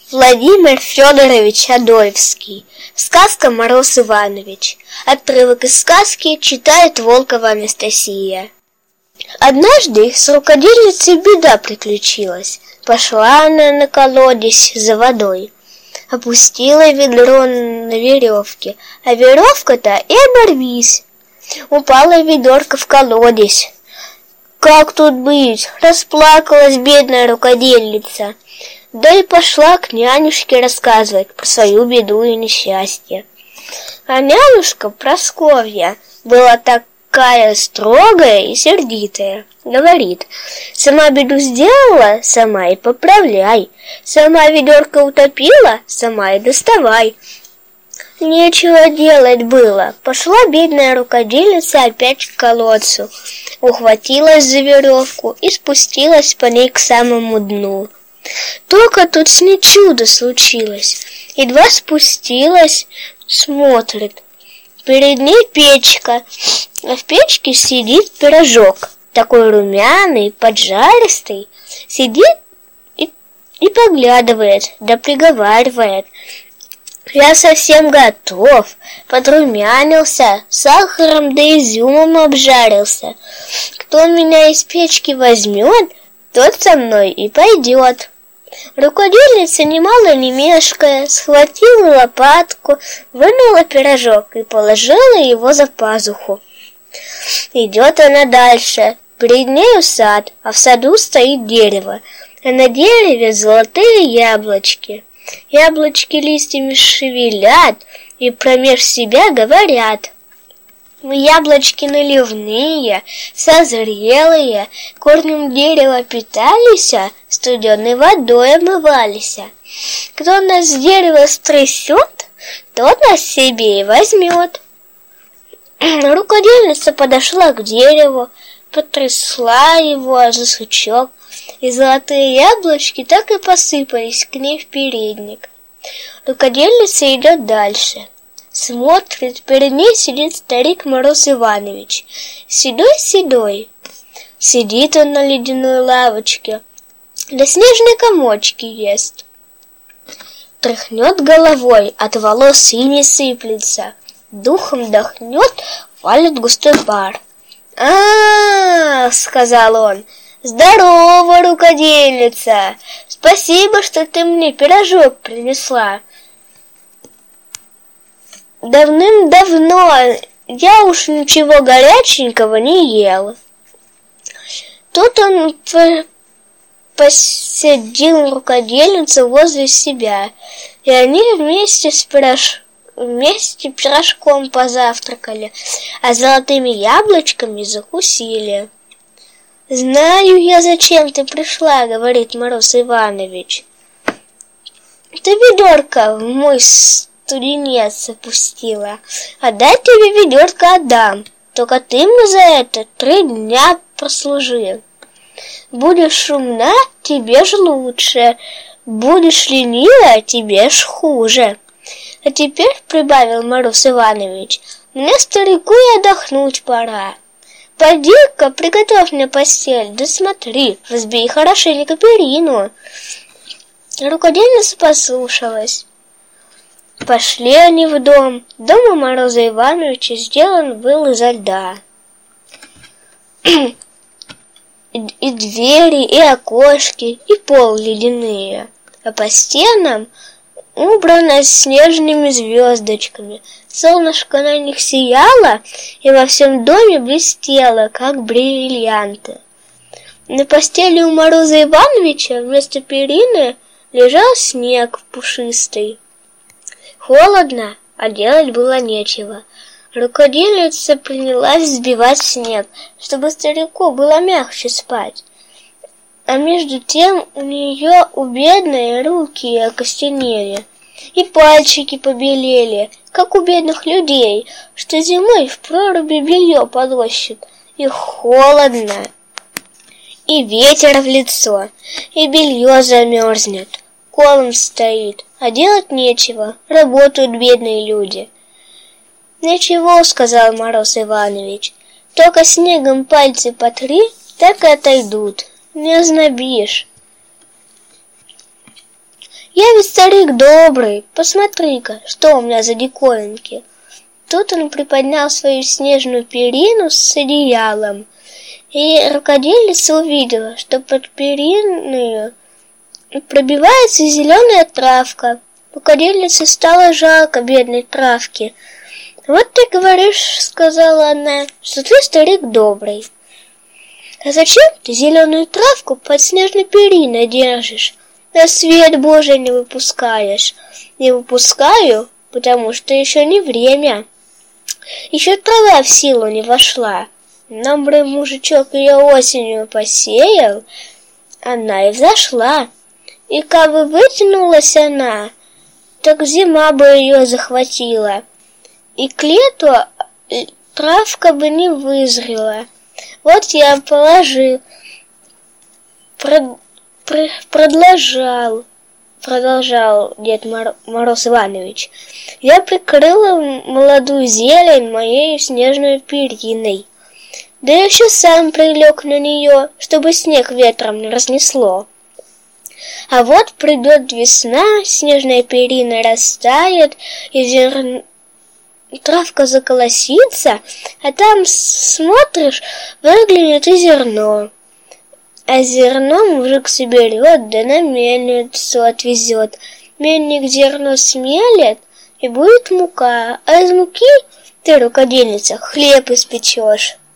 Владимир Федорович Адоевский. Сказка «Мороз Иванович». Отрывок из сказки читает Волкова Анастасия. Однажды с рукодельницей беда приключилась. Пошла она на колодец за водой. Опустила ведро на веревке, а веревка-то и оборвись. Упала ведерко в колодец. Как тут быть? Расплакалась бедная рукодельница. Да и пошла к нянюшке рассказывать про свою беду и несчастье. А нянюшка Прасковья была такая строгая и сердитая. Говорит: сама беду сделала, сама и поправляй. Сама ведерко утопила, сама и доставай. Нечего делать было. Пошла бедная рукодельница опять к колодцу, ухватилась за веревку и спустилась по ней к самому дну. Только тут с ней чудо случилось. Едва спустилась, смотрит. Перед ней печка, а в печке сидит пирожок, такой румяный, поджаристый. Сидит и поглядывает, да приговаривает: я совсем готов, подрумянился, сахаром да изюмом обжарился. Кто меня из печки возьмет, тот со мной и пойдет. Рукодельница, немало не мешкая, схватила лопатку, вынула пирожок и положила его за пазуху. Идет она дальше. Перед нею сад, а в саду стоит дерево, а на дереве золотые яблочки. Яблочки листьями шевелят и промеж себя говорят: яблочки наливные, созрелые, корнем дерева питались, студеной водой омывались. Кто нас с дерева стрясет, тот нас себе и возьмет. Рукодельница подошла к дереву, потрясла его за сучок, и золотые яблочки так и посыпались к ней в передник. Рукодельница идет дальше. Смотрит, перед ней сидит старик Мороз Иванович, седой-седой. Сидит он на ледяной лавочке, да снежные комочки ест. Тряхнет головой, от волос иней сыплется, духом дохнет, валит густой пар. Сказал он, здорово, рукодельница, спасибо, что ты мне пирожок принесла. Давным-давно я уж ничего горяченького не ел. Тут он посадил рукодельницу возле себя, и они вместе пирожком позавтракали, а золотыми яблочками закусили. «Знаю я, зачем ты пришла», — говорит Мороз Иванович. «Ты ведерко в мой студенец опустила, отдай тебе ведерко отдам, только ты мне за это 3 дня прослужи. Будешь шумна, тебе ж лучше, будешь ленива, тебе ж хуже. А теперь, — прибавил Мороз Иванович, — мне, старику, и отдохнуть пора. Пойди-ка, приготовь мне постель, да смотри, разбей хорошенько перину». Рукодельница послушалась. Пошли они в дом. Дом у Мороза Ивановича сделан был изо льда. И двери, и окошки, и пол ледяные, а по стенам убрано снежными звездочками. Солнышко на них сияло и во всем доме блестело, как бриллианты. На постели у Мороза Ивановича вместо перины лежал снег пушистый. Холодно, а делать было нечего. Рукодельница принялась взбивать снег, чтобы старику было мягче спать. А между тем у бедной руки окостенели, и пальчики побелели, как у бедных людей, что зимой в проруби белье подощут. И холодно, и ветер в лицо, и белье замерзнет, колом стоит, а делать нечего, работают бедные люди. «Ничего, — сказал Мороз Иванович, — только снегом пальцы потри, так и отойдут, не ознобишь». Я ведь старик добрый, посмотри-ка, что у меня за диковинки. Тут он приподнял свою снежную перину с одеялом, и рукодельница увидела, что под периной пробивается зеленая травка. Рукодельнице стало жалко бедной травки. «Вот ты говоришь, — сказала она, — что ты старик добрый. А зачем ты зеленую травку под снежной периной держишь? На свет Божий не выпускаешь». «Не выпускаю, потому что еще не время. Еще трава в силу не вошла. Добрый мужичок ее осенью посеял, она и взошла. И как бы вытянулась она, так зима бы ее захватила, и к лету травка бы не вызрела. Вот я продолжал Дед Мороз Иванович, я прикрыла молодую зелень моей снежной периной, да еще сам прилег на нее, чтобы снег ветром не разнесло. А вот придет весна, снежная перина растает, и травка заколосится, а там, смотришь, выглянет и зерно. А зерно мужик соберет, да на мельницу отвезет. Мельник зерно смелит, и будет мука, а из муки ты, рукодельница, хлеб испечешь.